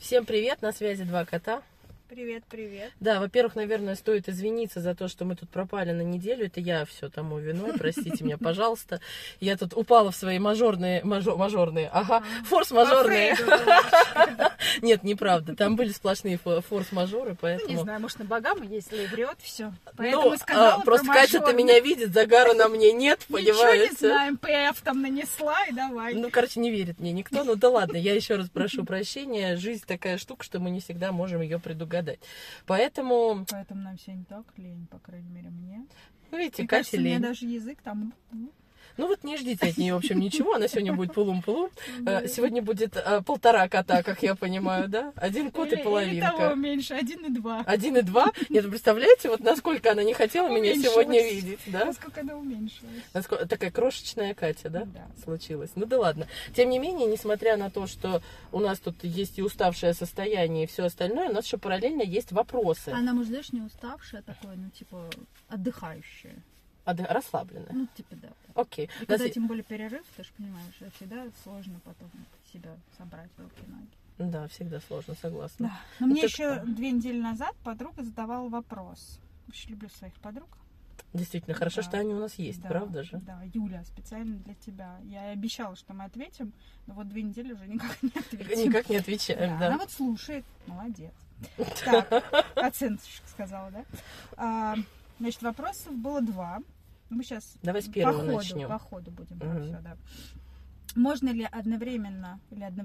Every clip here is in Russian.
Всем привет, на связи два кота. Привет, привет. Да, во-первых, наверное, стоит извиниться за то, что мы тут пропали на неделю. Это я все тому виной, простите меня, пожалуйста. Я тут упала в свои форс-мажорные. Нет, неправда, там были сплошные форс-мажоры, поэтому... Не знаю, может, на богам, если врет, все. Ну, просто Катя-то меня видит, загара на мне нет, понимаете? Ничего не знаем, ПФ там нанесла, и давай. Ну, короче, не верит мне никто. Ну да ладно, я еще раз прошу прощения. Жизнь такая штука, что мы не всегда можем ее предугадать. Поэтому нам сегодня так лень, по крайней мере, мне. Видите, Мне Катя кажется, лень. у меня даже язык там... Ну вот не ждите от нее, в общем, ничего. Она сегодня будет пулум-пулум. Сегодня будет 1,5 кота, как я понимаю, да? 1 кот и половинка. Или того меньше, 1,2. 1,2? Нет, представляете, вот насколько она не хотела меня сегодня видеть, да? Насколько она уменьшилась. Такая крошечная Катя, да? Да. Случилась. Ну да ладно. Тем не менее, несмотря на то, что у нас тут есть и уставшее состояние, и все остальное, у нас еще параллельно есть вопросы. Она, может, знаешь, не уставшая такое, ну, типа, отдыхающая. Расслабленная. Ну, типа, да. Окей. И когда тем более перерыв, ты же понимаешь, это всегда сложно потом себя собрать в руки-ноги. Да, всегда сложно, согласна. Да. Но мне еще 2 недели назад подруга задавала вопрос. Очень люблю своих подруг. Действительно, хорошо, что они у нас есть, да, правда же? Да, Юля, специально для тебя. Я обещала, что мы ответим, но вот 2 недели уже никак не ответим. Никак не отвечаем, да. Она вот слушает, молодец. Так, оценочек сказала, да? Значит, вопросов было 2. Мы сейчас давай с первого начнем. По ходу будем все, да. Можно ли одновременно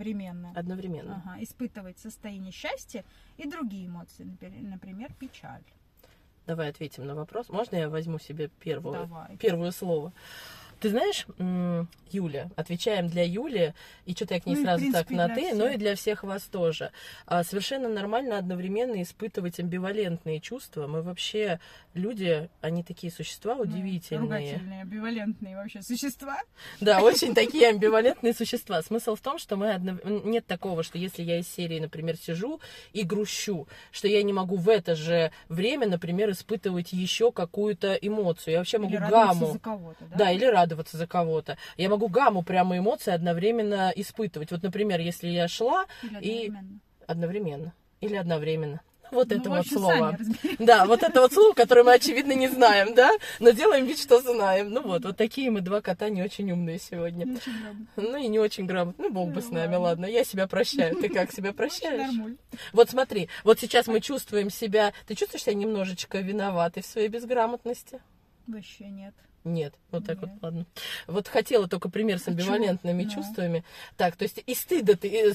испытывать состояние счастья и другие эмоции, например, печаль? Давай ответим на вопрос. Можно я возьму себе Давай. первое слово? Ты знаешь, Юля, отвечаем для Юли, и что-то я к ней сразу принципе, так на «ты», но и для всех вас тоже. Совершенно нормально одновременно испытывать амбивалентные чувства. Мы вообще, люди, они такие существа удивительные. Ругательные, амбивалентные вообще существа. Да, очень такие амбивалентные существа. Смысл в том, что нет такого, что если я из серии, например, сижу и грущу, что я не могу в это же время, например, испытывать еще какую-то эмоцию. Я вообще могу гамму. За кого-то, да? Да, или радоваться за кого-то. Я могу гамму прямо эмоций одновременно испытывать. Вот, например, если я шла одновременно или одновременно. Вот это вот слово. Да, вот это вот слово, которое мы, очевидно, не знаем, да? Но делаем вид, что знаем. Ну вот такие мы 2 кота не очень умные сегодня. Не очень грамотные. Ну и не очень грамотные. Ну, Бог бы с нами, ладно. Я себя прощаю. Ты как себя прощаешь? Нормуль. Вот смотри, вот сейчас мы чувствуем себя... Ты чувствуешь себя немножечко виноватой в своей безграмотности? Вообще нет. Нет, вот так вот, ладно. Вот хотела только пример с амбивалентными чувствами. Так, то есть и стыда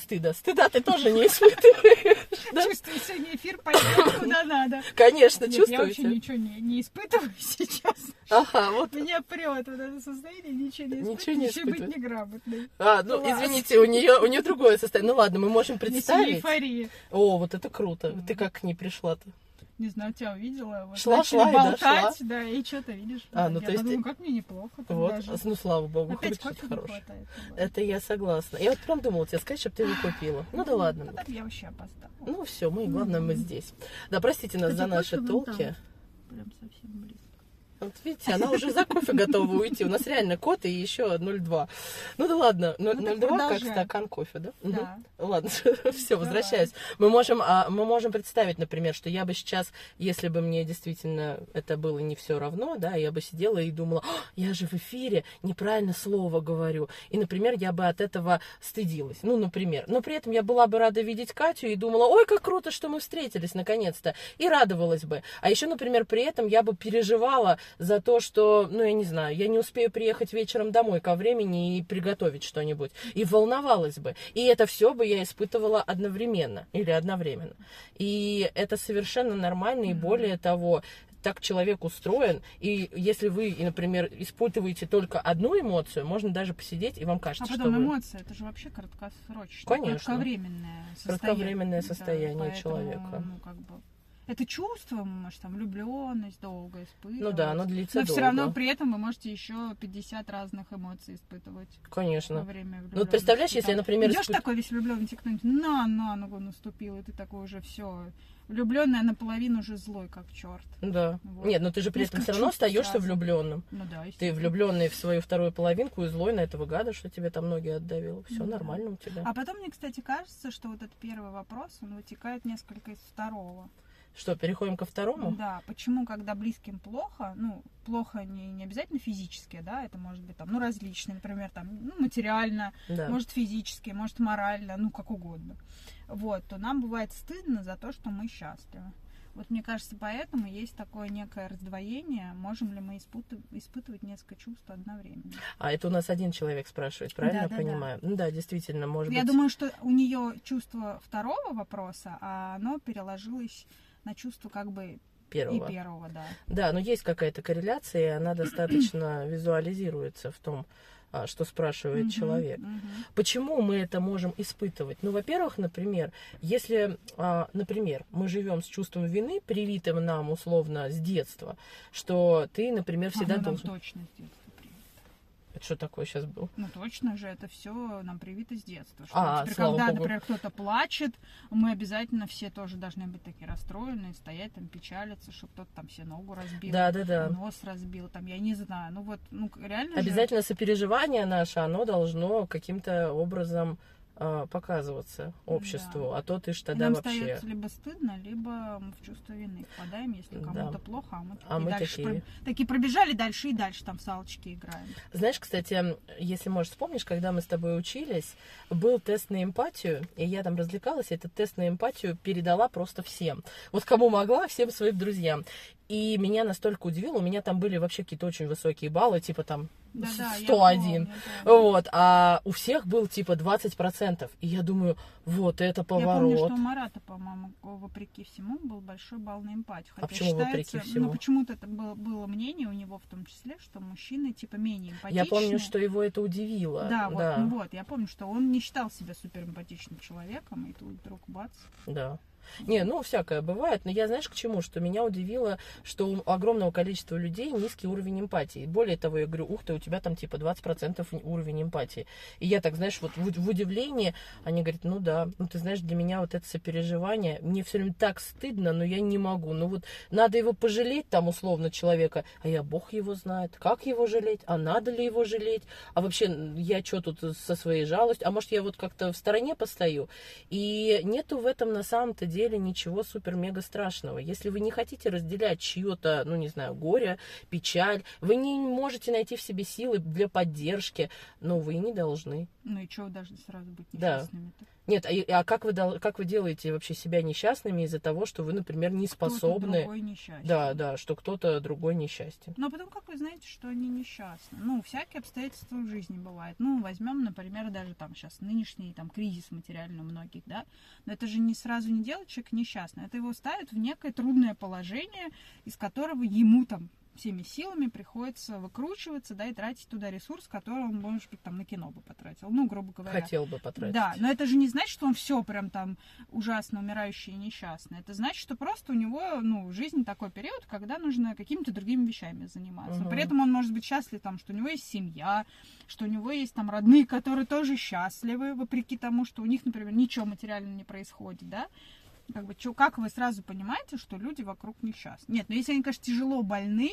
ты тоже не испытываешь. Чувствую, сегодня эфир пойдет куда надо. Конечно, чувствуете. Я вообще ничего не испытываю сейчас. Ага, вот. Меня прет вот это состояние, ничего не испытывать. Быть неграмотной. Ну, извините, у нее другое состояние. Ну ладно, мы можем представить. Эйфория. О, вот это круто. Ты как к ней пришла-то? Не знаю, тебя увидела, вот шла, болтать, да, и что-то видишь. Ну, я подумала, как мне неплохо. Вот, даже. ну, слава богу, опять хоть что-то хорошее. Хватает, это я согласна. Я вот прям думала тебе сказать, чтобы ты его купила. Ну да ладно. Тогда я вообще опоздала. Ну все, главное, мы здесь. Да, простите нас за наши толки. Прям совсем близко. Вот видите, она уже за кофе готова уйти. У нас реально кот и еще 0,2. Ну да ладно, 0,2 как стакан кофе, да? Да. Ладно, все, возвращаюсь. Мы можем представить, например, что я бы сейчас, если бы мне действительно это было не все равно, да, я бы сидела и думала, я же в эфире неправильно слово говорю. И, например, я бы от этого стыдилась. Ну, например. Но при этом я была бы рада видеть Катю и думала, ой, как круто, что мы встретились наконец-то. И радовалась бы. А еще, например, при этом я бы переживала за то, что, ну, я не знаю, я не успею приехать вечером домой ко времени и приготовить что-нибудь. И волновалась бы. И это все бы я испытывала одновременно или одновременно. И это совершенно нормально, и более того, так человек устроен, и если вы, например, испытываете только одну эмоцию, можно даже посидеть, и вам кажется, что потом вы... эмоция, это же вообще краткосрочное, конечно, кратковременное состояние, кратковременное состояние человека. Ну, как бы это чувство, может, там, влюбленность долго испытывать. Ну да, оно длится долго. Но все равно при этом вы можете еще 50 разных эмоций испытывать. Конечно. Во время влюбленности. Ну, вот представляешь, если, например... Идешь такой весь влюбленный, тебе кто-нибудь на ногу наступил, и ты такой уже все влюбленная наполовину уже злой, как черт. Да. Вот. Нет, но ты же при этом все равно остаешься сразу. влюбленным. Ну да, Ты влюбленный в свою вторую половинку и злой на этого гада, что тебе там ноги отдавило. Все да. нормально у тебя. А потом мне, кстати, кажется, что вот этот первый вопрос, он вытекает несколько из второго. Что, переходим ко второму? Да, почему, когда близким плохо, ну, плохо не обязательно физически, да, это может быть там, ну, различные, например, там, ну, материально, Да. может, физически, может, морально, ну, как угодно. Вот, то нам бывает стыдно за то, что мы счастливы. Вот мне кажется, поэтому есть такое некое раздвоение, можем ли мы испытывать несколько чувств одновременно. А это у нас один человек спрашивает, правильно я понимаю? Да. Ну да, действительно, может быть. Я думаю, что у нее чувство второго вопроса, а оно переложилось на чувство как бы Первого. И первого, да. Да, но есть какая-то корреляция, и она достаточно визуализируется в том, что спрашивает человек. Почему мы это можем испытывать? Ну, во-первых, например, если, например, мы живем с чувством вины, привитым нам условно с детства, что ты, например, всегда должен... Точно с детства привито. Это что такое сейчас был? Ну, точно же, это все нам привито с детства. Что теперь, слава когда, Богу. например, кто-то плачет, мы обязательно все тоже должны быть такие расстроенные, стоять там, печалиться, чтобы кто-то там себе ногу разбил, Да. нос разбил, там, я не знаю. Ну, вот, ну, реально Обязательно сопереживание наше, оно должно каким-то образом показываться обществу, Да. а то ты ж И тогда нам вообще... остается либо стыдно, либо мы в чувство вины впадаем, если кому-то Да. плохо, а мы, А мы дальше такие. такие пробежали дальше и дальше там в салочки играем. Знаешь, кстати, если, может, вспомнишь, когда мы с тобой учились, был тест на эмпатию, и я там развлекалась, и этот тест на эмпатию передала просто всем. Вот кому могла, всем своим друзьям. И меня настолько удивило, у меня там были вообще какие-то очень высокие баллы, типа там Да-да, 101. я помню. Вот, а у всех был типа 20%. И я думаю, вот это поворот. Я помню, что у Марата, по-моему, вопреки всему, был большой балл на эмпатию. Хотя почему вопреки всему? Ну, почему-то это было мнение у него в том числе, что мужчины типа менее эмпатичны. Я помню, что его это удивило. Да, вот, ну вот, я помню, что он не считал себя суперэмпатичным человеком, и тут вдруг бац. Да. Не, ну, всякое бывает, но я, знаешь, к чему? Что меня удивило, что у огромного количества людей низкий уровень эмпатии. Более того, я говорю, ух ты, у тебя там типа 20% уровень эмпатии. И я так, знаешь, вот в удивлении, они говорят, ну да, ну ты знаешь, для меня вот это сопереживание, мне все время так стыдно, но я не могу. Ну вот надо его пожалеть там условно человека, а я бог его знает, как его жалеть, а надо ли его жалеть, а вообще я что тут со своей жалостью, а может я вот как-то в стороне постою. И нету в этом на самом-то деле ничего супер-мега страшного. Если вы не хотите разделять чье-то, ну не знаю, горе, печаль, вы не можете найти в себе силы для поддержки, но вы не должны. Ну и что вы должны сразу быть Да. несчастными-то? Нет, а как вы делаете вообще себя несчастными из-за того, что вы, например, не способны... Кто-то другой несчастен. Да, что кто-то другой несчастен. Но потом, как вы знаете, что они несчастны? Ну, всякие обстоятельства в жизни бывают. Ну, возьмем, например, даже там сейчас нынешний там кризис материальный у многих, да? Но это же не сразу не делает человека несчастным. Это его ставит в некое трудное положение, из которого ему там всеми силами приходится выкручиваться, да, и тратить туда ресурс, который он, может быть, там на кино бы потратил. Ну, грубо говоря. Хотел бы потратить. Да, но это же не значит, что он все прям там ужасно умирающий и несчастный. Это значит, что просто у него, ну, в жизни такой период, когда нужно какими-то другими вещами заниматься. Угу. При этом он может быть счастлив, там, что у него есть семья, что у него есть там родные, которые тоже счастливы, вопреки тому, что у них, например, ничего материального не происходит, да. Как бы, как вы сразу понимаете, что люди вокруг несчастны? Нет, ну если они, конечно, тяжело больны,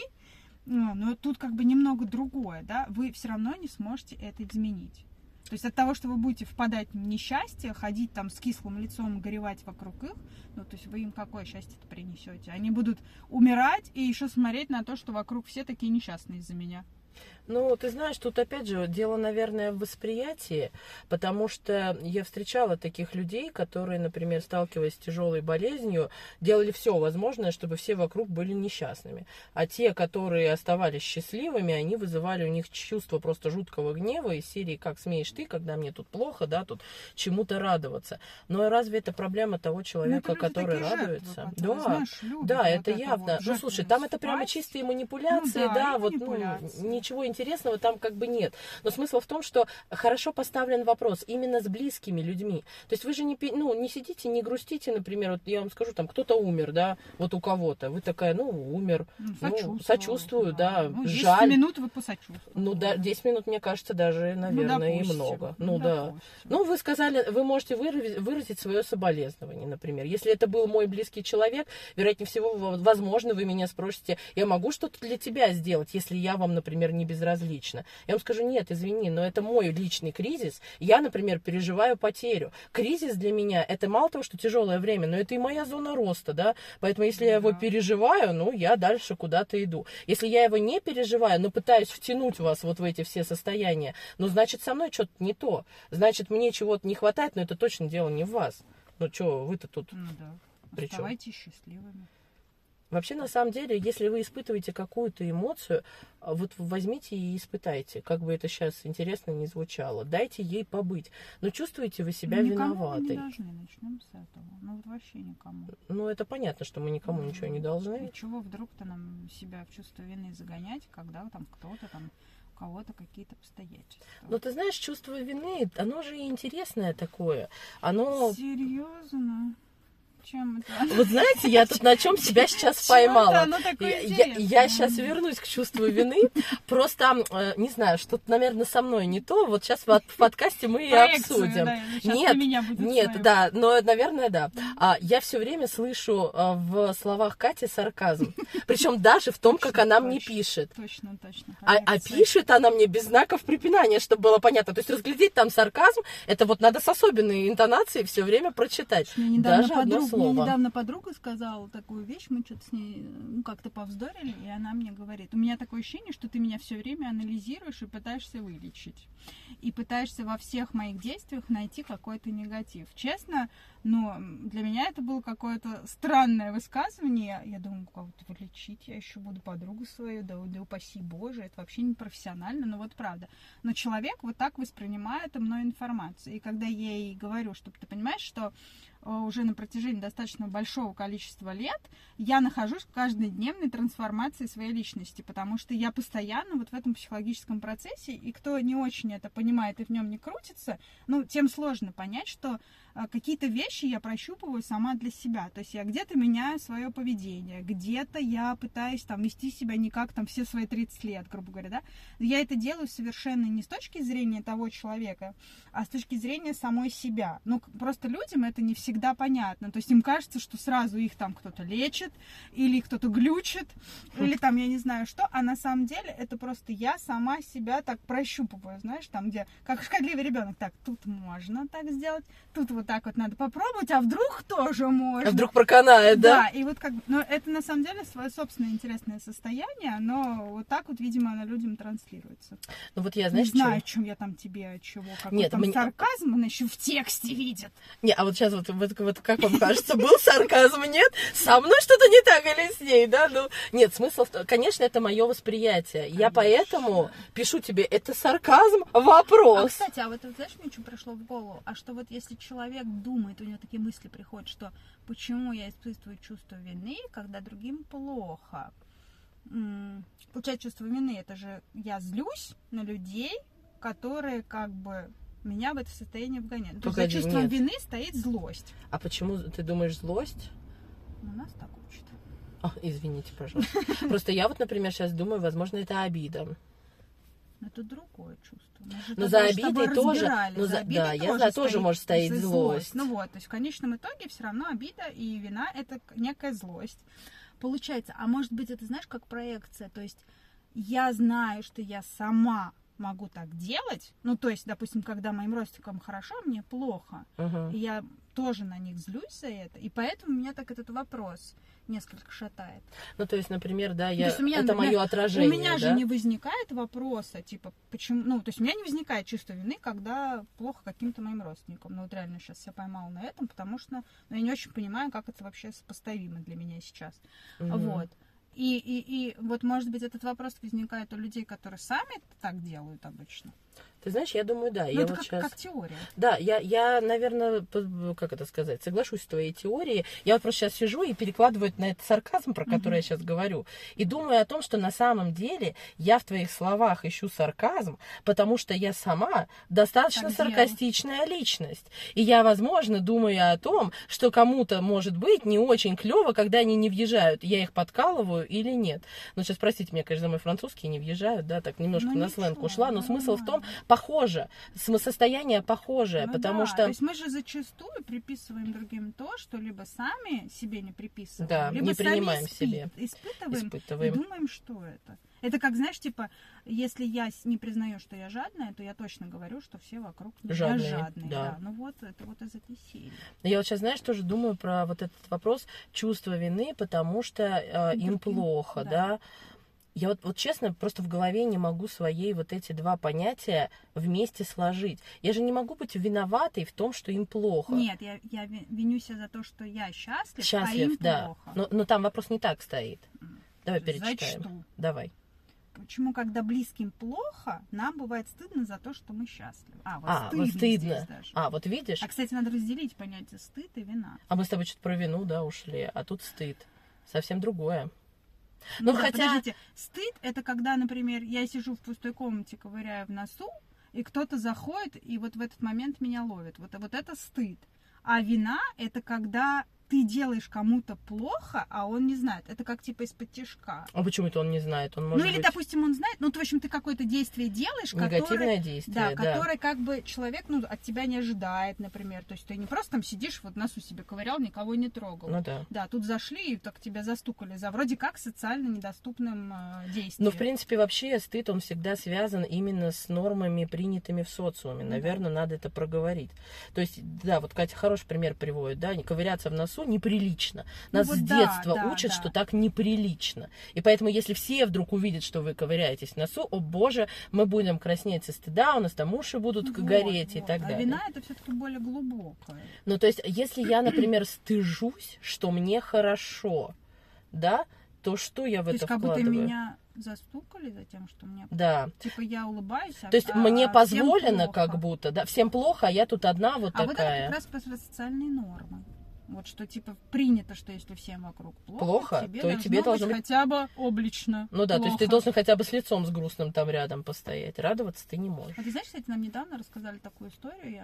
но тут как бы немного другое, да, вы все равно не сможете это изменить. То есть от того, что вы будете впадать в несчастье, ходить там с кислым лицом, горевать вокруг их, ну, то есть вы им какое счастье-то принесете? Они будут умирать и еще смотреть на то, что вокруг все такие несчастные из-за меня. Ну, ты знаешь, тут опять же дело, наверное, в восприятии, потому что я встречала таких людей, которые, например, сталкиваясь с тяжелой болезнью, делали все возможное, чтобы все вокруг были несчастными. А те, которые оставались счастливыми, они вызывали у них чувство просто жуткого гнева из серии «Как смеешь ты, когда мне тут плохо, да, тут чему-то радоваться». Но разве это проблема того человека, который радуется? Жертвы, да, знаешь, любят да, вот это явно. Вот ну, слушай, там это прямо чистые манипуляции, ну, да, вот, манипуляции. ничего интересного там как бы нет. Но смысл в том, что хорошо поставлен вопрос именно с близкими людьми. То есть вы же не сидите, не грустите, например, вот я вам скажу, там кто-то умер, да, вот у кого-то. Вы такая, умер, сочувствую, да, 10 жаль. минут вы посочувствуете. Ну, да, 10 минут, мне кажется, даже, наверное, и много. Да. Ну, вы сказали, вы можете выразить свое соболезнование, например. Если это был мой близкий человек, вероятнее всего, возможно, вы меня спросите, я могу что-то для тебя сделать, если я вам, например, не безразлична. Я вам скажу, нет, извини, но это мой личный кризис. Я, например, переживаю потерю. Кризис для меня, это мало того, что тяжелое время, но это и моя зона роста, да. Поэтому, если я его переживаю, я дальше куда-то иду. Если я его не переживаю, но пытаюсь втянуть вас вот в эти все состояния, значит, со мной что-то не то. Значит, мне чего-то не хватает, но это точно дело не в вас. Что, вы-то тут при чем? Оставайтесь счастливыми. Вообще, на самом деле, если вы испытываете какую-то эмоцию, вот возьмите и испытайте, как бы это сейчас интересно не звучало. Дайте ей побыть. Но чувствуете вы себя виноватой. Никому не должны, начнем с этого. Вот вообще никому. Это понятно, что мы никому ничего не должны. И чего вдруг-то нам себя в чувство вины загонять, когда там кто-то там... у кого-то какие-то обстоятельства. Ты знаешь, чувство вины, оно же и интересное такое. Оно... Серьезно? Чем это? Вот знаете, я тут на чем себя сейчас поймала. Я сейчас вернусь к чувству вины. Просто, не знаю, что-то, наверное, со мной не то. Вот сейчас в подкасте мы и обсудим. Нет, да, но, наверное, да. Я все время слышу в словах Кати сарказм. Причем даже в том, как она мне пишет. Точно. А пишет она мне без знаков препинания, чтобы было понятно. То есть разглядеть там сарказм, это вот надо с особенной интонацией все время прочитать. Даже одно слово. Мне недавно подруга сказала такую вещь, мы что-то с ней как-то повздорили, и она мне говорит, у меня такое ощущение, что ты меня все время анализируешь и пытаешься вылечить. И пытаешься во всех моих действиях найти какой-то негатив. Честно, для меня это было какое-то странное высказывание. Я думаю, как-то вылечить, я еще буду подругу свою, да упаси Боже, это вообще не профессионально, но вот правда. Но человек вот так воспринимает мной информацию. И когда я ей говорю, чтобы ты понимаешь, что уже на протяжении достаточно большого количества лет я нахожусь в каждодневной трансформации своей личности, потому что я постоянно вот в этом психологическом процессе, и кто не очень это понимает и в нем не крутится, тем сложно понять, что какие-то вещи я прощупываю сама для себя. То есть я где-то меняю свое поведение, где-то я пытаюсь вести себя не как все свои 30 лет, грубо говоря, да. Но я это делаю совершенно не с точки зрения того человека, а с точки зрения самой себя. Просто людям это не всегда понятно. То есть им кажется, что сразу их кто-то лечит, или кто-то глючит, или я не знаю что, а на самом деле это просто я сама себя так прощупываю, знаешь, где, как шкодливый ребенок, так, тут можно так сделать, тут вот так вот надо попробовать, а вдруг тоже можно. А вдруг проканает, да? Да, и вот но это на самом деле свое собственное интересное состояние, но вот так вот, видимо, оно людям транслируется. Я, знаешь, не знаю, о чем я тебе, чего, какой сарказм он еще в тексте видит. Не, а вот сейчас вот как вам кажется, был сарказм, нет? Со мной что-то не так или с ней, да? Нет, смысл, конечно, это мое восприятие. Конечно. Я поэтому пишу тебе, это сарказм, вопрос. Кстати, а вот знаешь, мне что пришло в голову? А что вот если человек думает, у него такие мысли приходят, что почему я испытываю чувство вины, когда другим плохо? Получать чувство вины, это же я злюсь на людей, которые меня в это состояние вгоняют. То есть за чувством вины стоит злость. А почему ты думаешь злость? Нас так учат. Извините, пожалуйста. Просто я например, сейчас думаю, возможно, это обида. Это другое чувство. Но за обидой тоже, да, я знаю, тоже может стоять злость. То есть в конечном итоге все равно обида и вина — это некая злость. Получается, а может быть, это, знаешь, как проекция, то есть я знаю, что я сама могу так делать, то есть, допустим, когда моим родственникам хорошо, а мне плохо, и я тоже на них злюсь за это, и поэтому меня так этот вопрос несколько шатает. То есть, например, да, это мое отражение. У меня же не возникает вопроса, почему, то есть у меня не возникает чувство вины, когда плохо каким-то моим родственникам. Вот реально сейчас себя поймала на этом, потому что я не очень понимаю, как это вообще сопоставимо для меня сейчас. Вот. И вот, может быть, этот вопрос возникает у людей, которые сами так делают обычно. Ты знаешь, я думаю, да. Ну, Я это вот как, сейчас... как теория. Да, я, наверное, как это сказать, соглашусь с твоей теорией. Я вот просто сейчас сижу и перекладываю это на этот сарказм, про который я сейчас говорю, и думаю о том, что на самом деле я в твоих словах ищу сарказм, потому что я сама достаточно Так саркастичная личность. И я, возможно, думаю о том, что кому-то, может быть, не очень клево, когда они не въезжают. Я их подкалываю или нет. Ну, сейчас, простите меня, конечно, за мой французский, не въезжают, да, так немножко Ну, на ничего, сленг ушла, но смысл в том, нормально. похоже, состояние похожее, Ну потому да, что... то есть мы же зачастую приписываем другим то, что либо сами себе не приписываем, Да, либо не сами принимаем себе. испытываем и думаем, что это. Это как, знаешь, типа, если я не признаю, что я жадная, то я точно говорю, что все вокруг меня жадные. Да. Ну вот, это вот из этой серии. Я вот сейчас, знаешь, тоже думаю про вот этот вопрос чувства вины, потому что им плохо, да. Я вот честно просто в голове не могу своей вот эти два понятия вместе сложить. Я же не могу быть виноватой в том, что им плохо. Нет, я виню себя за то, что я счастлив, а им да. плохо. Но там вопрос не так стоит. Давай перечитаем. Зачту. Давай. Почему, когда близким плохо, нам бывает стыдно за то, что мы счастливы? Вот стыдно. Вот видишь? А, кстати, надо разделить понятие стыд и вина. А мы с тобой что-то про вину, да, ушли, а тут стыд. Совсем другое. Ну, хотя... Подождите, стыд — это когда, например, я сижу в пустой комнате, ковыряю в носу, и кто-то заходит, и вот в этот момент меня ловит. Вот это стыд. А вина — это когда ты делаешь кому-то плохо, а он не знает. Это как типа из-под тишка. А почему это он не знает? Он может или, быть... допустим, он знает, в общем, ты какое-то действие делаешь, негативное действие, да. Которое как бы человек, от тебя не ожидает, например. То есть ты не просто там сидишь, вот носу себе ковырял, никого не трогал. Ну да. Да, тут зашли и так тебя застукали за вроде как социально недоступным действием. Но, в принципе, вообще стыд, он всегда связан именно с нормами, принятыми в социуме. Наверное, надо это проговорить. То есть, да, вот Катя хороший пример приводит, да, не ковыряться в носу неприлично. Нас с детства учат, что так неприлично. И поэтому, если все вдруг увидят, что вы ковыряетесь в носу, о боже, мы будем краснеть со стыда, у нас там уши будут гореть и так далее. А вина — это все-таки более глубокое. Ну, то есть, если я, например, стыжусь, что мне хорошо, да, то что я в это вкладываю? Как будто меня застукали за тем, что мне... Да. Типа я улыбаюсь, то есть мне позволено как будто, да, всем плохо, а я тут одна вот такая. А вот это как раз про социальные нормы. Вот что типа принято, что если всем вокруг плохо, тебе должно быть хотя бы облично. Ну да, плохо. То есть ты должен хотя бы с лицом с грустным там рядом постоять. Радоваться ты не можешь. А ты знаешь, кстати, нам недавно рассказали такую историю.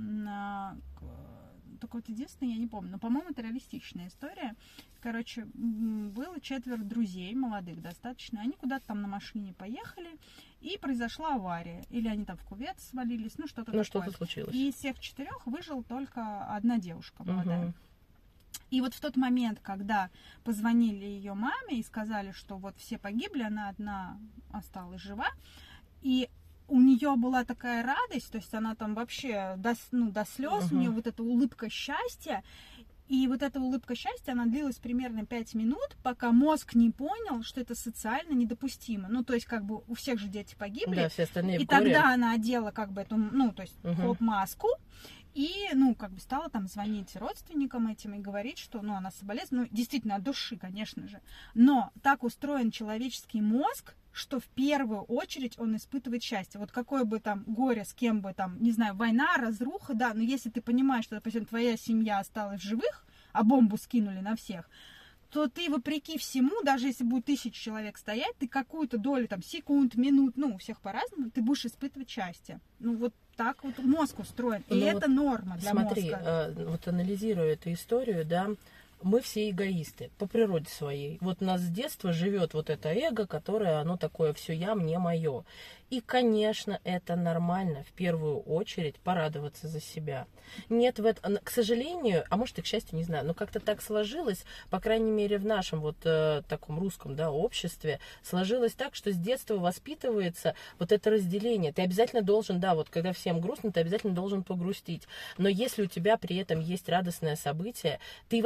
Только вот единственное, я не помню. Но, по-моему, это реалистичная история. Короче, было 4 друзей, молодых достаточно. Они куда-то там на машине поехали, и произошла авария. Или они там в кювет свалились, что-то такое. Что-то случилось. И из всех 4 выжила только одна девушка молодая. И вот в тот момент, когда позвонили ее маме и сказали, что вот все погибли, она одна осталась жива, и у нее была такая радость, то есть она там вообще до слез, у нее вот эта улыбка счастья, и вот эта улыбка счастья, она длилась примерно 5 минут, пока мозг не понял, что это социально недопустимо. То есть как бы у всех же дети погибли, да, все остальные и тогда она одела как бы эту, то есть хоп-маску, и, как бы стала там звонить родственникам этим и говорить, что, она соболезнует. Действительно, от души, конечно же. Но так устроен человеческий мозг, что в первую очередь он испытывает счастье. Вот какое бы там горе, с кем бы там, не знаю, война, разруха, да, но если ты понимаешь, что, допустим, твоя семья осталась в живых, а бомбу скинули на всех, то ты, вопреки всему, даже если будет 1000 человек стоять, ты какую-то долю, там, секунд, минут, у всех по-разному, ты будешь испытывать счастье. Вот так вот мозг устроен. И это норма для мозга. Смотри, вот анализируя эту историю, да, мы все эгоисты по природе своей. Вот у нас с детства живет вот это эго, которое, оно такое, все я, мне, мое. И, конечно, это нормально, в первую очередь, порадоваться за себя. Нет, к сожалению, а может и к счастью, не знаю, но как-то так сложилось, по крайней мере, в нашем вот таком русском, да, обществе, сложилось так, что с детства воспитывается вот это разделение. Ты обязательно должен, да, вот когда всем грустно, ты обязательно должен погрустить. Но если у тебя при этом есть радостное событие, ты вообще всегда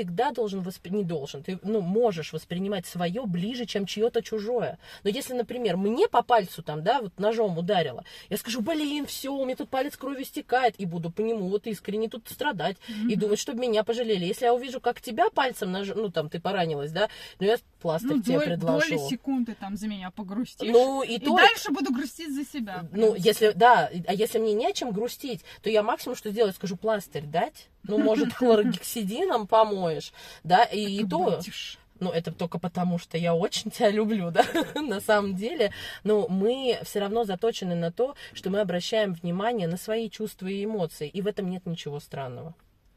всегда должен не должен, ты, можешь воспринимать свое ближе, чем чье-то чужое. Но если, например, мне по пальцу там, да, вот ножом ударило, я скажу, блин, все, у меня тут палец кровью стекает, и буду по нему вот искренне тут страдать, и думать, чтобы меня пожалели. Если я увижу, как тебя пальцем, ты поранилась, да, я пластырь тебе предложу. Доли секунды там за меня погрустишь. И дальше буду грустить за себя. Если мне не о чем грустить, то я максимум, что сделаю, скажу, пластырь дать, может, хлоргексидином помоешь, да, и то... Это только потому, что я очень тебя люблю, да, на самом деле. Но мы все равно заточены на то, что мы обращаем внимание на свои чувства и эмоции, и в этом нет ничего странного.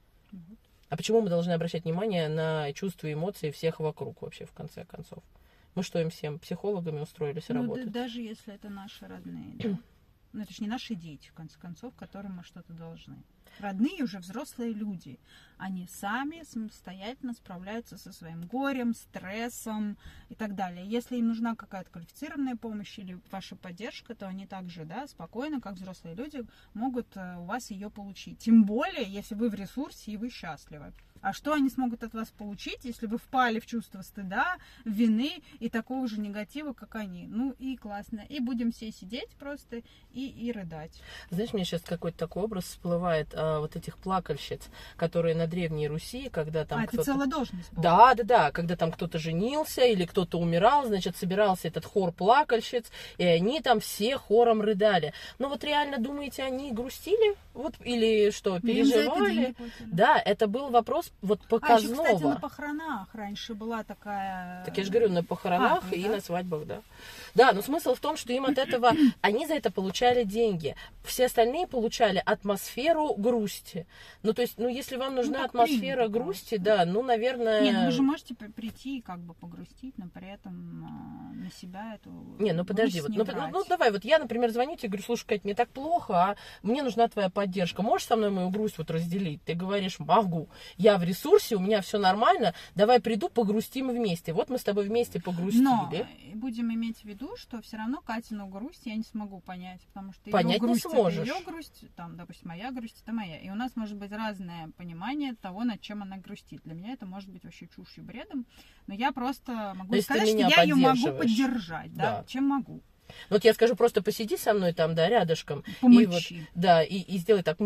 А почему мы должны обращать внимание на чувства и эмоции всех вокруг вообще, в конце концов? Мы что, им всем психологами устроились работать? Даже если это наши родные, да? Это же не наши дети, в конце концов, которым мы что-то должны. Родные уже взрослые люди. Они сами самостоятельно справляются со своим горем, стрессом и так далее. Если им нужна какая-то квалифицированная помощь или ваша поддержка, то они также, да, спокойно, как взрослые люди, могут у вас ее получить. Тем более, если вы в ресурсе и вы счастливы. А что они смогут от вас получить, если вы впали в чувство стыда, вины и такого же негатива, как они? И классно. И будем все сидеть просто и рыдать. Знаешь, мне сейчас какой-то такой образ всплывает вот этих плакальщиц, которые на Древней Руси, когда там это целая должность была. Да, когда там кто-то женился или кто-то умирал, значит, собирался этот хор плакальщиц, и они там все хором рыдали. Реально, думаете, они грустили? Или что, переживали? Да, это был вопрос показного. Еще, кстати, на похоронах раньше была такая... Так я же говорю, на похоронах и на свадьбах, да. Да, но смысл в том, что им от этого... Они за это получали деньги. Все остальные получали атмосферу грусти. То есть, если вам нужна атмосфера грусти, да, наверное... Нет, вы же можете прийти и как бы погрустить, но при этом на себя эту подожди. Давай, я, например, звоню тебе, говорю, слушай, Кать, мне так плохо, а мне нужна твоя поддержка. Можешь со мной мою грусть разделить? Ты говоришь, могу. Я в ресурсе, у меня все нормально, давай приду, погрустим вместе. Вот мы с тобой вместе погрустили. Но будем иметь в виду, что все равно Катину грусть я не смогу понять, потому что понять ее грусть не сможешь. Это ее грусть, там, допустим, моя грусть это моя. И у нас может быть разное понимание того, над чем она грустит. Для меня это может быть вообще чушью, бредом, но я просто могу сказать, что я ее могу поддержать, да, чем могу. Я скажу, просто посиди со мной там, да, рядышком. Помочи. И сделай так, и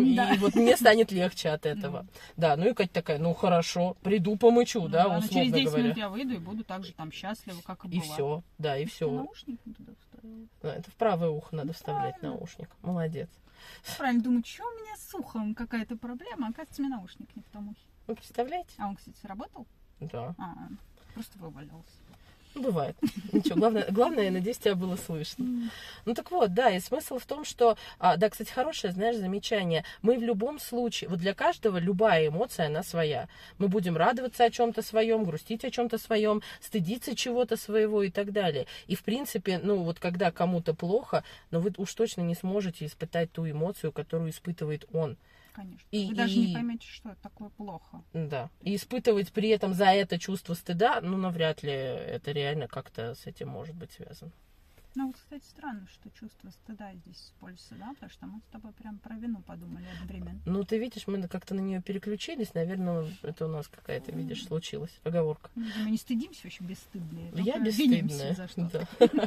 мне станет легче от этого. Да, и Катя такая, хорошо, приду, помычу, да, условно говоря. Через 10 минут я выйду и буду так же там счастлива, как и была. И все, да, и все. Наушник туда вставил. Это в правое ухо надо вставлять наушник. Молодец. Правильно, думаю, что у меня с ухом какая-то проблема, а оказывается, у меня наушник не в том ухе. Вы представляете? А он, кстати, работал? Да. Просто вывалился. Бывает. Ничего, главное, я надеюсь, тебя было слышно. Так вот, да, и смысл в том, что, да, кстати, хорошее, знаешь, замечание. Мы в любом случае, для каждого любая эмоция, она своя. Мы будем радоваться о чем-то своем, грустить о чем-то своем, стыдиться чего-то своего и так далее. И, в принципе, когда кому-то плохо, вы уж точно не сможете испытать ту эмоцию, которую испытывает он. Конечно. Вы даже не поймете, что это такое плохо. Да. И испытывать при этом за это чувство стыда, навряд ли это реально как-то с этим может быть связано. Кстати, странно, что чувство стыда здесь используется, да? Потому что мы с тобой прям про вину подумали одновременно. Ты видишь, мы как-то на нее переключились. Наверное, это у нас какая-то, видишь, случилась оговорка. Мы не стыдимся вообще бесстыдные. Я бесстыдная. За что-то.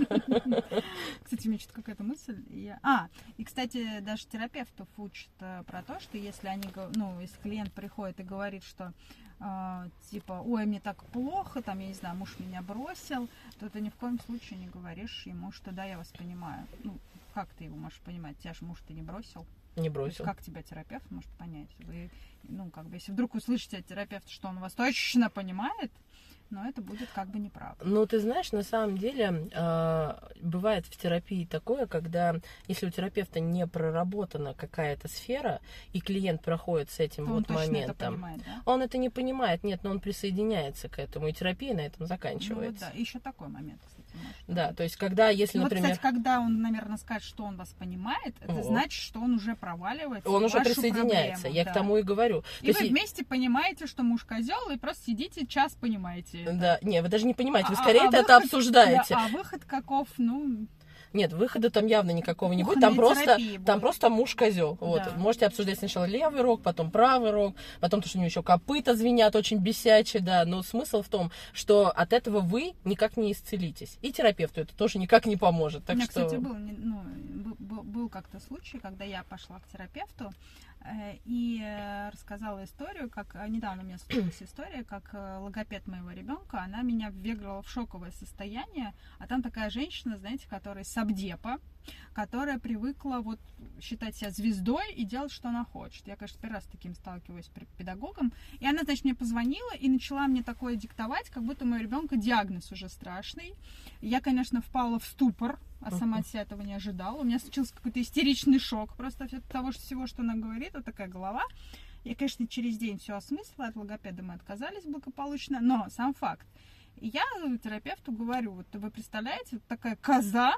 Кстати, у меня что-то какая-то мысль. И, кстати, даже терапевтов учат про то, что если если клиент приходит и говорит, что ой, мне так плохо, там, я не знаю, муж меня бросил, то ты ни в коем случае не говоришь ему, что да, я вас понимаю. Как ты его можешь понимать? Тебя же муж-то не бросил. Не бросил. Как тебя терапевт может понять? Вы, если вдруг услышите от терапевта, что он вас точно понимает, но это будет как бы неправда. Ты знаешь, на самом деле бывает в терапии такое, когда если у терапевта не проработана какая-то сфера, и клиент проходит с этим моментом, это понимает, да? Он это не понимает, нет, но он присоединяется к этому, и терапия на этом заканчивается. Еще такой момент, кстати, может быть. Да, то есть когда, если, например... кстати, когда он, наверное, скажет, что он вас понимает, это значит, что он уже проваливается он в уже вашу присоединяется, проблему, я к тому и говорю. И вы вместе понимаете, что муж козел, и просто сидите, час понимаете. Да, вы даже не понимаете, вы скорее это обсуждаете. Да, а выход каков, Нет, выхода там явно никакого не будет. Кухонной Там просто муж-козел. Вот. Да. Можете обсуждать сначала левый рог, потом правый рог, потом то, что у него еще копыта звенят очень бесяче, да. Но смысл в том, что от этого вы никак не исцелитесь. И терапевту это тоже никак не поможет. Так У меня, что... кстати, был как-то случай, когда я пошла к терапевту и рассказала историю, как недавно у меня случилась история, как логопед моего ребенка, она меня ввергла в шоковое состояние, а там такая женщина, знаете, которая сабдепа, которая привыкла вот считать себя звездой и делать, что она хочет. Я, конечно, первый раз с таким сталкиваюсь педагогом. И она, значит, мне позвонила и начала мне такое диктовать, как будто у моего ребенка диагноз уже страшный. Я, конечно, впала в ступор, а сама от себя этого не ожидала. У меня случился какой-то истеричный шок просто от того, что всего, что она говорит, вот такая голова. Я, конечно, через день все осмыслила, от логопеда мы отказались благополучно, но сам факт. И я терапевту говорю, вот вы представляете, вот такая коза,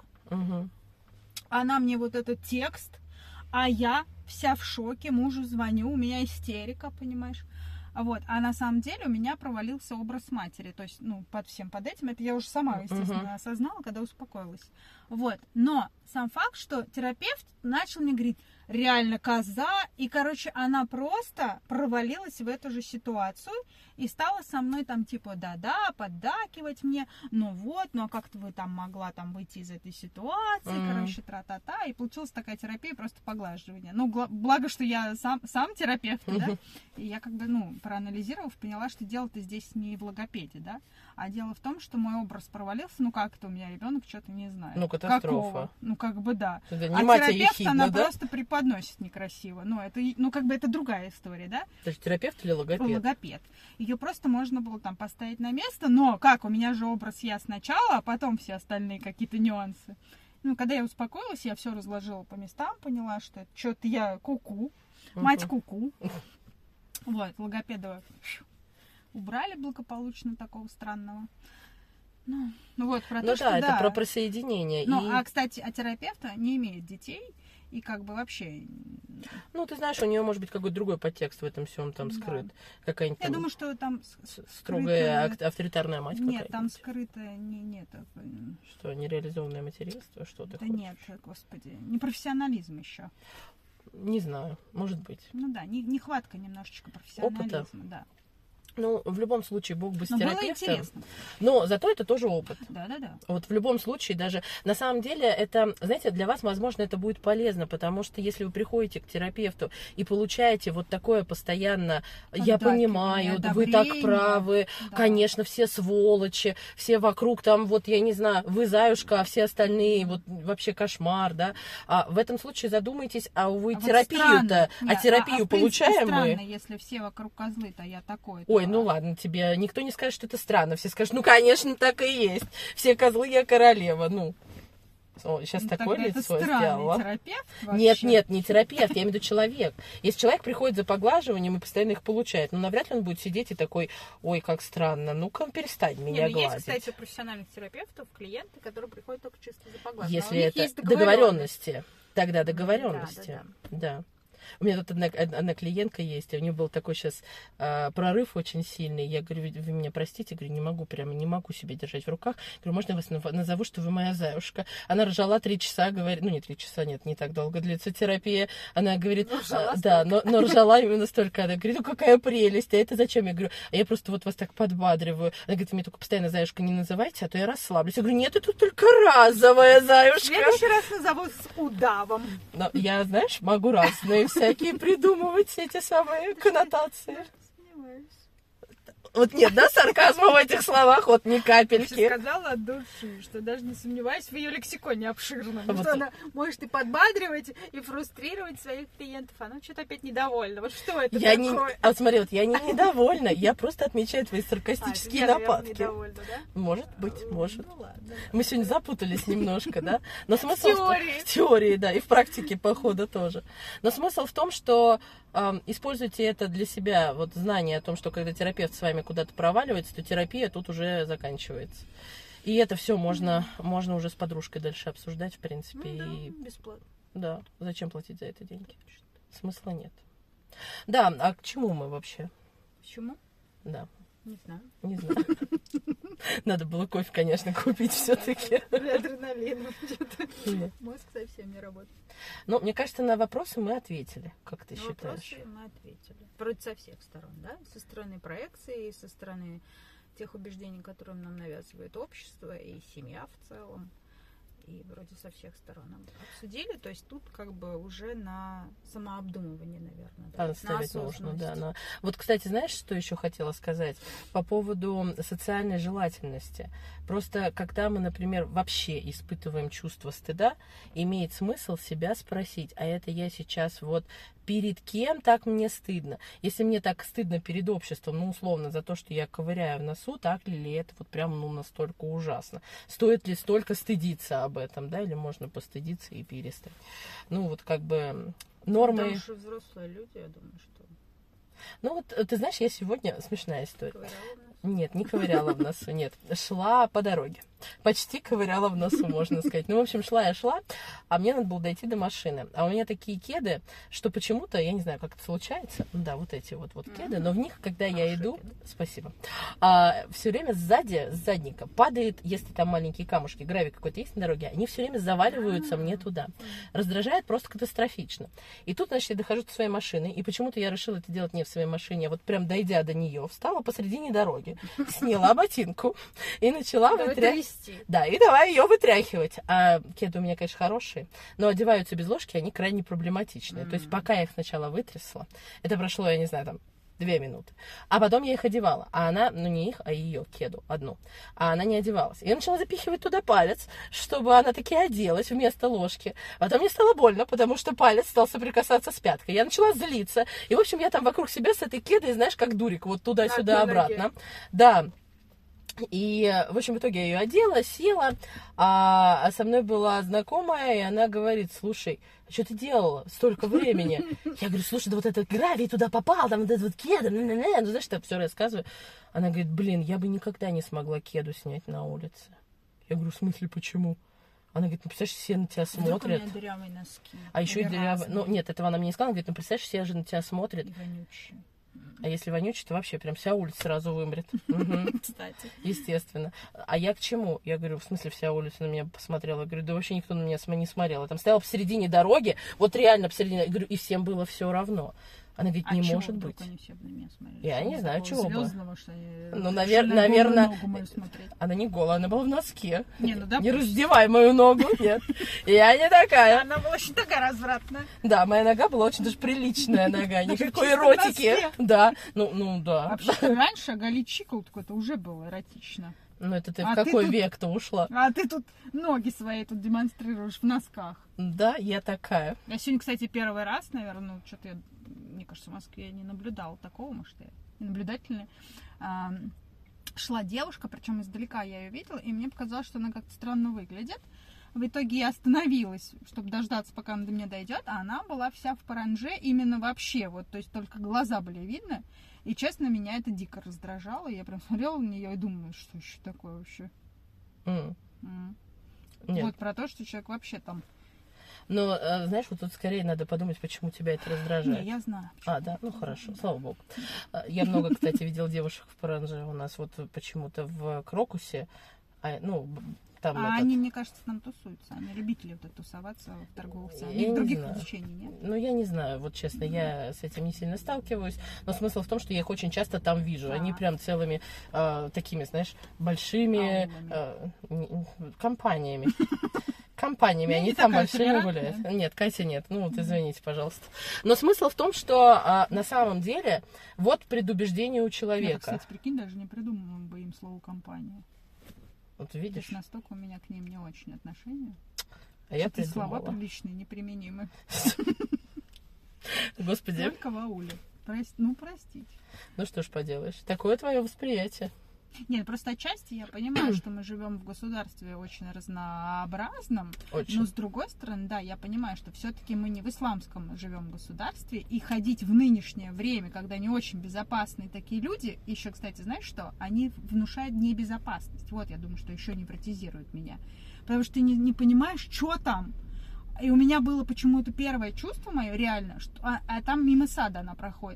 она мне вот этот текст, а я вся в шоке, мужу звоню, у меня истерика, понимаешь? Вот. А на самом деле у меня провалился образ матери. То есть, под этим, это я уже сама, естественно, осознала, когда успокоилась. Вот. Но сам факт, что терапевт начал мне говорить, реально коза, и, короче, она просто провалилась в эту же ситуацию и стала со мной там, типа, да-да, поддакивать мне, ну а как-то вы там могла там выйти из этой ситуации, короче, тра-та-та, и получилась такая терапия, просто поглаживание. Благо, что я сам терапевт, да, и я как бы, проанализировав, поняла, что дело-то здесь не в логопеде, да, а дело в том, что мой образ провалился, как это у меня ребенок что-то не знает. Катастрофа. Какого? Как бы да. Это не а мать терапевт, ехидна, она да? просто преподносит некрасиво. Это другая история, да? Это же терапевт или логопед? Логопед. Ее просто можно было там поставить на место, но как, у меня же образ я сначала, а потом все остальные какие-то нюансы. Когда я успокоилась, я все разложила по местам, поняла, что что-то я куку, мать куку. Вот, логопеда убрали благополучно такого странного. Это про присоединение. Кстати, терапевта не имеет детей, и как бы вообще... ты знаешь, у нее может быть какой-то другой подтекст в этом всем там скрыт. Какая-нибудь Я думаю, что там строгая авторитарная мать какая-нибудь. Нет, там скрыто нет. Что, нереализованное материнство? Что ты хочешь? Нет, господи, непрофессионализм еще. Не знаю, может быть. Нехватка немножечко профессионализма, опыта. Да. В любом случае, Бог бы с терапевтом. Было интересно. Но зато это тоже опыт. Да. Вот в любом случае, даже на самом деле, это, знаете, для вас, возможно, это будет полезно, потому что если вы приходите к терапевту и получаете вот такое постоянно, я понимаю, вы так правы, конечно, все сволочи, все вокруг там, вот, я не знаю, вы заюшка, а все остальные, вот, вообще кошмар, да. А в этом случае задумайтесь, вы терапию-то, терапию получаем мы? Странно, если все вокруг козлы-то, я такой. Ой, ладно, тебе никто не скажет, что это странно. Все скажут, конечно, так и есть. Все козлы, я королева. Сейчас такое лицо сделала. Терапевт вообще? Нет, не терапевт, я имею в виду человек. Если человек приходит за поглаживанием и постоянно их получает, навряд ли он будет сидеть и такой, ой, как странно, ну-ка перестань меня гладить. Есть, кстати, у профессиональных терапевтов клиенты, которые приходят только чисто за поглаживанием. Если это договоренности, тогда договоренности, да. У меня тут одна клиентка есть, и у нее был такой сейчас прорыв очень сильный. Я говорю, вы меня простите, говорю, не могу себя держать в руках. Говорю, можно я вас назову, что вы моя заюшка? Она ржала 3 часа, говорит, не 3 часа, нет, не так долго длится терапия. Она говорит, но ржала именно столько. Она говорит, какая прелесть, а это зачем? Я говорю, а я просто вот вас так подбадриваю. Она говорит, вы меня только постоянно заюшка не называйте, а то я расслаблюсь. Я говорю, нет, это только разовая заюшка. В следующий раз назову с удавом. Но я, знаешь, могу разные всякие придумывать эти самые коннотации. Вот нет, да, сарказма в этих словах, вот ни капельки. Я сказала от души, что даже не сомневаюсь в ее лексиконе обширном. Что она может и подбадривать, и фрустрировать своих клиентов. Она что-то опять недовольна. Вот что это такое? Смотри, вот я не недовольна, я просто отмечаю твои саркастические нападки. Недовольна, да? Может быть, может. Ладно. Мы сегодня запутались немножко, да? Но смысл в теории, да, и в практике, походу, тоже. Но смысл в том, что используйте это для себя, вот знание о том, что когда терапевт с вами куда-то проваливается, то терапия тут уже заканчивается. И это все можно уже с подружкой дальше обсуждать, в принципе. Бесплатно. Да, зачем платить за это деньги? Смысла нет. Да, а к чему мы вообще? Почему? Да. Не знаю. Не знаю. Надо было кофе, конечно, купить все-таки. Адреналин. Мозг совсем не работает. Ну, мне кажется, на вопросы мы ответили. Как ты считаешь? Вопросы мы ответили. Вроде со всех сторон, да? Со стороны проекции, со стороны тех убеждений, которые нам навязывает общество и семья в целом. И вроде со всех сторон обсудили. То есть тут как бы уже на самообдумывание, наверное. Да? Оставить нужно, да. Вот, кстати, знаешь, что еще хотела сказать? По поводу социальной желательности. Просто когда мы, например, вообще испытываем чувство стыда, имеет смысл себя спросить, а это я сейчас вот перед кем так мне стыдно? Если мне так стыдно перед обществом, ну, условно, за то, что я ковыряю в носу, так ли это вот прям, ну, настолько ужасно? Стоит ли столько стыдиться об этом, да, или можно постыдиться и перестать? Ну, вот как бы нормы... Потому что взрослые люди, я думаю, что... Ну, вот, ты знаешь, я сегодня... Смешная история. Ковыряла в носу? Нет, не ковыряла в носу, нет. Шла по дороге. Почти ковыряла в носу, можно сказать. Ну, в общем, шла, а мне надо было дойти до машины. А у меня такие кеды, что почему-то, я не знаю, как это случается, да, вот эти вот кеды, но в них, когда я иду, спасибо, все время сзади, с задника падает, если там маленькие камушки, гравий какой-то есть на дороге, они все время заваливаются мне туда. Раздражает просто катастрофично. И тут, значит, я дохожу до своей машины, и почему-то я решила это делать не в своей машине, а вот прям дойдя до нее, встала посредине дороги, сняла ботинку и начала вытряхивать. Да, и давай ее вытряхивать. А кеды у меня, конечно, хорошие, но одеваются без ложки, они крайне проблематичные. То есть пока я их сначала вытрясла, это прошло, я не знаю, там 2 минуты. А потом я их одевала. А она, ну не их, а ее кеду одну. А она не одевалась. Я начала запихивать туда палец, чтобы она таки оделась вместо ложки. Потом мне стало больно, потому что палец стал соприкасаться с пяткой. Я начала злиться. И, в общем, я там вокруг себя с этой кедой, знаешь, как дурик, вот туда-сюда, обратно. Да. И, в общем, в итоге я ее одела, села, а со мной была знакомая, и она говорит: слушай, а что ты делала столько времени? Я говорю: слушай, да вот этот гравий туда попал, там вот этот вот кеда, ну знаешь, я все рассказываю. Она говорит: блин, я бы никогда не смогла кеду снять на улице. Я говорю: в смысле, почему? Она говорит: ну, представляешь, все на тебя смотрят. У меня дырявые носки. А еще и дырявые. Ну, нет, этого она мне не сказала. Она говорит: ну, представляешь, все же на тебя смотрят. И вонючие. А если вонючий, то вообще прям вся улица сразу вымрет. Кстати. Естественно. А я к чему? Я говорю: в смысле вся улица на меня посмотрела? Я говорю: да вообще никто на меня не смотрел. Я там стояла посередине дороги, вот реально посередине. Я говорю: и всем было все равно. Она говорит: не может быть. Они все на меня смотрели? Я не знаю, чего бы. Что они... Ну, наверное, она не голая, она была в носке. Не раздевай мою ногу, нет. Я не такая. Она была очень такая развратная. Да, моя нога была очень даже приличная нога, никакой эротики. Да, ну да. Вообще, раньше оголить щиколотку, это уже было эротично. Ну, это ты в какой век-то ушла? А ты тут ноги свои тут демонстрируешь в носках. Да, я такая. Я сегодня, кстати, первый раз, наверное, что-то я, мне кажется, в Москве я не наблюдала такого, может, я наблюдательная. Шла девушка, причем издалека я ее видела, и мне показалось, что она как-то странно выглядит. В итоге я остановилась, чтобы дождаться, пока она до меня дойдет, а она была вся в паранже, именно вообще, вот, то есть только глаза были видны. И, честно, меня это дико раздражало. Я прям смотрела на нее и думала: что еще такое вообще? Вот про то, что человек вообще там... Но, знаешь, вот тут скорее надо подумать, почему тебя это раздражает. Не, я знаю. Да? Ну, хорошо, слава богу. Я много, кстати, видел девушек в паранже у нас вот почему-то в Крокусе. Там они, мне кажется, там тусуются. Они любители вот тусоваться в торговых центрах. И других развлечений нет? Ну, я не знаю. Вот честно, я с этим не сильно сталкиваюсь. Но смысл в том, что я их очень часто там вижу. Они прям целыми такими, знаешь, большими компаниями. Они там большими гуляют. Нет, Катя нет. Ну, вот извините, пожалуйста. Но смысл в том, что на самом деле вот предубеждение у человека. Кстати, прикинь, даже не придумала бы им слово «компания». Вот видишь. Настолько у меня к ним не очень отношения. А я придумала. Слова приличные, неприменимы. Господи. Только в ауле. Простите. Ну что ж поделаешь. Такое твое восприятие. Нет, просто отчасти я понимаю, что мы живем в государстве очень разнообразном. Очень. Но с другой стороны, да, я понимаю, что все-таки мы не в исламском живем государстве. И ходить в нынешнее время, когда не очень безопасные такие люди, еще, кстати, знаешь что? Они внушают небезопасность. Вот, я думаю, что еще невротизирует меня. Потому что ты не понимаешь, что там. И у меня было почему-то первое чувство мое, реально, что там мимо сада она проходит.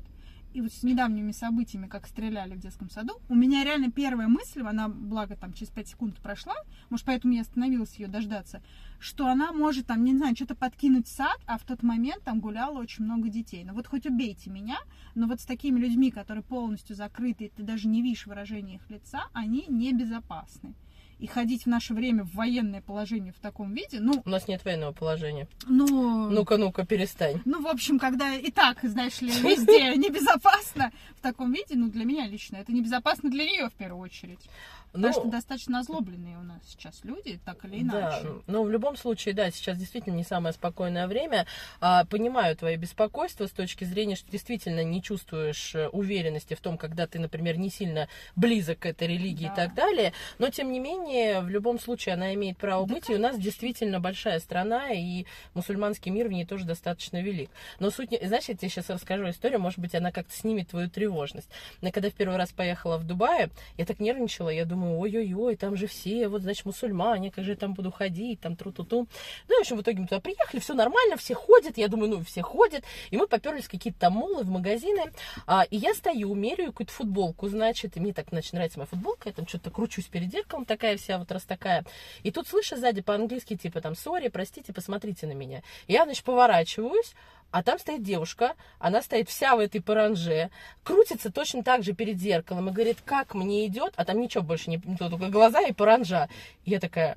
и вот с недавними событиями, как стреляли в детском саду, у меня реально первая мысль, она, благо, там через 5 секунд прошла, может, поэтому я остановилась ее дождаться, что она может, там, не знаю, что-то подкинуть в сад, а в тот момент там гуляло очень много детей. Ну вот хоть убейте меня, но вот с такими людьми, которые полностью закрыты, и ты даже не видишь выражения их лица, они небезопасны. И ходить в наше время в военное положение в таком виде, ну... У нас нет военного положения. Ну... Ну-ка, перестань. Ну, в общем, когда и так, знаешь ли, везде небезопасно в таком виде, ну, для меня лично, это небезопасно для нее в первую очередь. Потому что достаточно озлобленные у нас сейчас люди, так или иначе. Да, но в любом случае, да, сейчас действительно не самое спокойное время. Понимаю твои беспокойства с точки зрения, что действительно не чувствуешь уверенности в том, когда ты, например, не сильно близок к этой религии и так далее. Но, тем не менее, в любом случае она имеет право быть. Конечно. И у нас действительно большая страна, и мусульманский мир в ней тоже достаточно велик. Но суть... Знаешь, я тебе сейчас расскажу историю, может быть, она как-то снимет твою тревожность. Я когда в первый раз поехала в Дубай, я так нервничала, я думаю, ой-ой-ой, там же все, вот, значит, мусульмане, как же я там буду ходить, там, тру-ту-ту. Ну, и, в общем, в итоге мы туда приехали, все нормально, все ходят, я думаю, ну, все ходят, и мы поперлись в какие-то там моллы, в магазины, и я стою, меряю какую-то футболку, значит, и мне так, значит, нравится моя футболка, я там что-то кручусь перед зеркалом, такая вся вот раз такая, и тут слышу сзади по-английски, типа, там, сори, простите, посмотрите на меня. И я, значит, поворачиваюсь, а там стоит девушка, она стоит вся в этой паранже, крутится точно так же перед зеркалом и говорит, как мне идет, а там ничего больше не только глаза и паранжа. И я такая...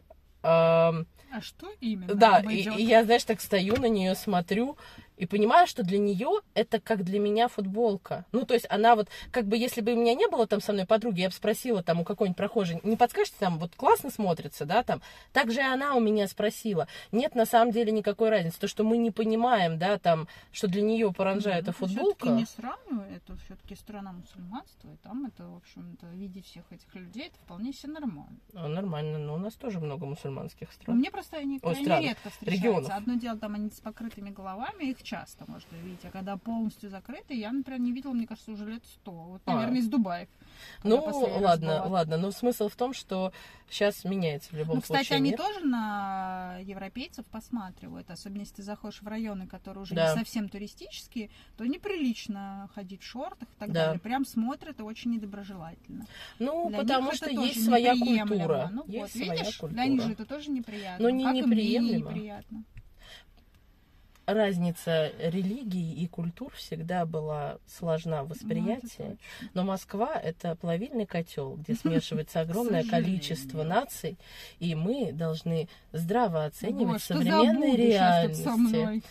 А что именно? Да, и я, знаешь, так стою на нее, смотрю, и понимаю, что для нее это как для меня футболка. Ну, то есть она вот, как бы, если бы у меня не было там со мной подруги, я бы спросила там у какой-нибудь прохожей, не подскажете, там, вот классно смотрится, да, там. Так же и она у меня спросила. Нет, на самом деле, никакой разницы. То, что мы не понимаем, да, там, что для нее паранжа это футболка. Я не сравниваю, это все-таки страна мусульманства, и там это, в общем-то, видеть всех этих людей, это вполне себе нормально. Нормально, но у нас тоже много мусульманских стран. Мне просто они крайне редко встречаются. Регионов. Одно дело, там они с покрытыми головами, их часто можно видеть, а когда полностью закрыты, я, например, не видела, мне кажется, уже лет 100. Вот, наверное, из Дубая. Ну, ладно, но смысл в том, что сейчас меняется в любом случае. Кстати, они тоже на европейцев посматривают, особенно если ты заходишь в районы, которые уже не совсем туристические, то неприлично ходить в шортах и так далее. Прям смотрят и очень недоброжелательно. Ну, для потому что есть своя культура. Ну, есть вот, своя видишь, культура. Для них же это тоже неприятно. Но не неприемлемо. Неприятно. Разница религий и культур всегда была сложна в восприятии, но Москва — это плавильный котел, где смешивается огромное количество наций, и мы должны здраво оценивать современные реальности.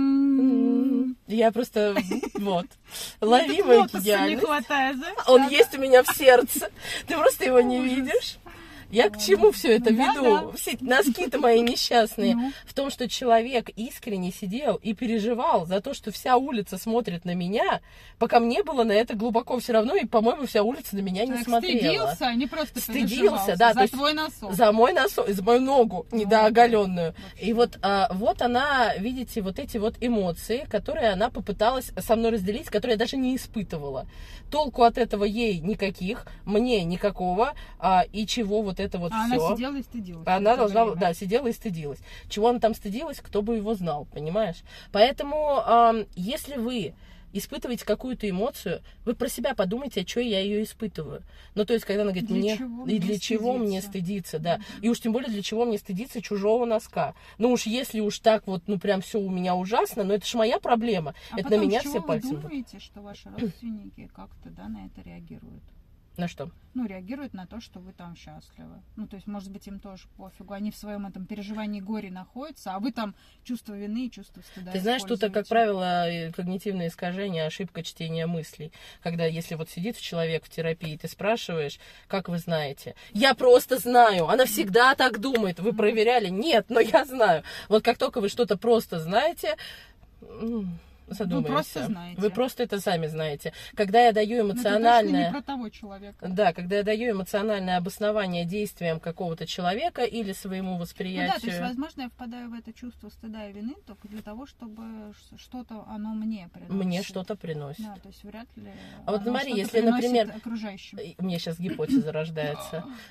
Я просто, вот, лови мою реальность. Он есть у меня в сердце, ты просто его не видишь. Я к чему все это веду? Все носки-то мои несчастные. В том, что человек искренне сидел и переживал за то, что вся улица смотрит на меня, пока мне было на это глубоко все равно, и, по-моему, вся улица на меня не смотрела. Стыдился, а не просто стыдился, да, за твой носок. За мой носок, за мою ногу недооголенную. И вот она, видите, вот эти вот эмоции, которые она попыталась со мной разделить, которые я даже не испытывала. Толку от этого ей никаких, мне никакого, и чего вот это вот все. Она сидела и стыдилась. Она должна, да, сидела и стыдилась. Чего она там стыдилась, кто бы его знал, понимаешь? Поэтому, если вы испытываете какую-то эмоцию, вы про себя подумайте, а что я ее испытываю. Ну, то есть, когда она говорит, для чего мне стыдиться, да. И уж тем более, для чего мне стыдиться чужого носка. Ну уж если уж так вот, ну прям все у меня ужасно, но это ж моя проблема. А это потом, на меня с чего все пальцы. Вы думаете, что ваши родственники как-то, да, на это реагируют? На что? Ну, реагируют на то, что вы там счастливы. Ну, то есть, может быть, им тоже пофигу. Они в своем этом переживании горе находятся, а вы там чувство вины и чувство стыда. Ты знаешь, тут, как правило, когнитивное искажение, ошибка чтения мыслей. Когда, если вот сидит человек в терапии, ты спрашиваешь, как вы знаете? Я просто знаю, она всегда так думает. Вы проверяли? Нет, но я знаю. Вот как только вы что-то просто знаете... Задумаемся. Вы просто знаете. Вы просто это сами знаете. Когда я даю эмоциональное... Это не про того человека. Да, когда я даю эмоциональное обоснование действиям какого-то человека или своему восприятию... Ну да, то есть, возможно, я впадаю в это чувство стыда и вины только для того, чтобы что-то оно мне приносит. Мне что-то приносит. Да, то есть вряд ли... А вот смотри, если, например... окружающим. У меня сейчас гипотеза рождается.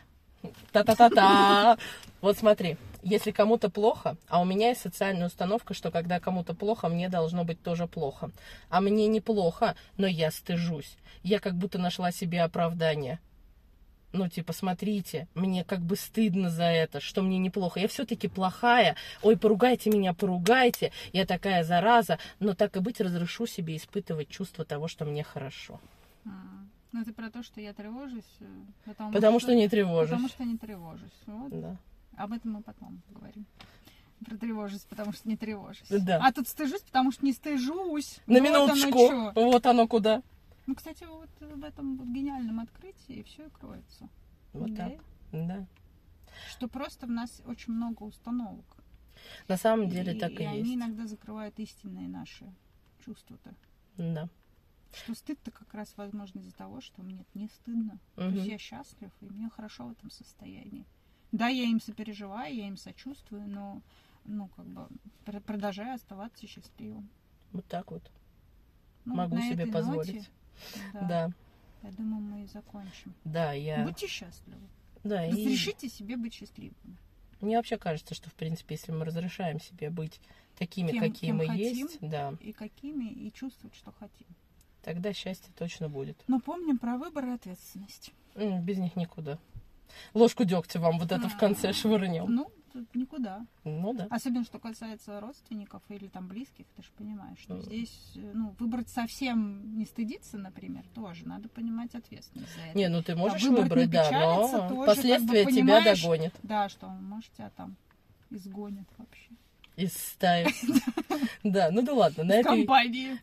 Та-та-та-та. Вот смотри, если кому-то плохо, а у меня есть социальная установка, что когда кому-то плохо, мне должно быть тоже плохо. А мне неплохо, но я стыжусь. Я как будто нашла себе оправдание. Ну, типа, смотрите, мне как бы стыдно за это, что мне неплохо. Я все-таки плохая. Ой, поругайте меня, поругайте. Я такая зараза. Но так и быть, разрешу себе испытывать чувство того, что мне хорошо. Ну, это про то, что я тревожусь. Потому что не тревожусь. Потому что не тревожусь. Вот. Да. Об этом мы потом поговорим. Про тревожусь, потому что не тревожусь. Да. А тут стыжусь, потому что не стыжусь. На вот минуточку. Оно Вот оно куда. ну, кстати, вот в этом вот гениальном открытии все и кроется. Вот Да? так. Да. Что просто в нас очень много установок. На самом деле так и они есть. иногда закрывают истинные наши чувства-то. Да. Что стыд-то как раз возможно из-за того, что мне не стыдно. То есть я счастлив, и мне хорошо в этом состоянии. Да, я им сопереживаю, я им сочувствую, но ну, как бы продолжаю оставаться счастливым. Вот так вот. Ну, Могу вот на себе этой позволить. ноте, Да. я думаю, мы и закончим. Да, я... Будьте счастливы. Да, и Разрешите себе быть счастливыми. мне вообще кажется, что, в принципе, если мы разрешаем себе быть такими, Кем какие мы хотим. есть, да, И какими, и чувствовать, что хотим. тогда счастье точно будет. Но помним про выбор и ответственность. Без них никуда. Ложку дегтя вам вот это в конце швырнем. Ну, тут никуда. Ну да. Особенно, что касается родственников или там близких, ты же понимаешь, что здесь, ну, выбрать совсем не стыдиться, например, тоже. Надо понимать ответственность за это. Не, ну ты можешь выбрать выбрать, не да, печалиться но тоже, последствия как бы, тебя понимаешь, догонят. Да, что, может, тебя там изгонят вообще. Из стаи. Да, ну да ладно. На В этой... компании.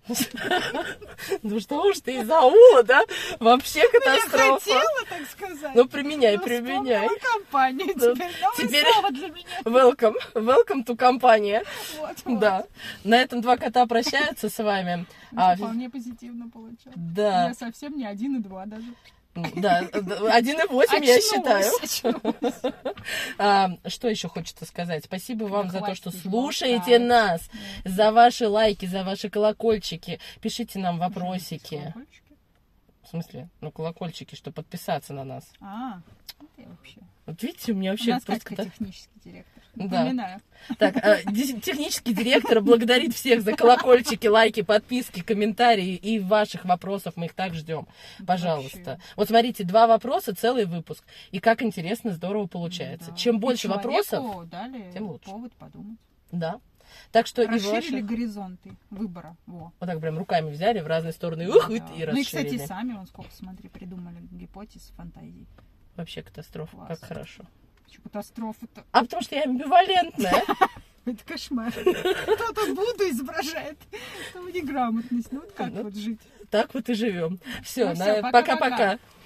Ну что уж ты из аула, да? Вообще Я катастрофа. хотела, так сказать. Ну применяй, Но применяй. вспомнила компанию. Ну, Теперь новое теперь- слово для меня. Welcome to компания. Вот. Да. На этом два кота прощаются с вами. Вполне позитивно получилось. Да. Я совсем не 1 и 2 даже. Да, 1,8 я считаю. Очнулась. Что еще хочется сказать? Спасибо вам за то, что Хватит слушаете болтать. нас, за ваши лайки, за ваши колокольчики. Пишите нам вопросики. Колокольчики? В смысле? Ну, колокольчики, чтобы подписаться на нас. Это вообще. Вот видите, у меня У вообще нас просто... Катька технический директор. Да. Напоминаю. Так, технический директор благодарит всех за колокольчики, лайки, подписки, комментарии и ваших вопросов. Мы их так ждем. Пожалуйста. Вообще. Вот смотрите, 2 вопроса, целый выпуск. И как интересно, здорово получается. Да. Чем И больше вопросов, человеку дали тем лучше. повод подумать. да. Так что и Расширили ваши... горизонты выбора. Во. Вот так прям руками взяли в разные стороны, Да. и Ну и, расширили. кстати, сами, вон сколько, смотри, придумали гипотез, фантазий. Вообще катастрофа, Класс. как хорошо. Что катастрофа-то? А потому что я амбивалентная. Это кошмар. Кто тут Будду изображает? Это неграмотность. Ну вот как Ну, вот жить? Так вот и живем. Все, Ну всё, пока-пока. пока-пока.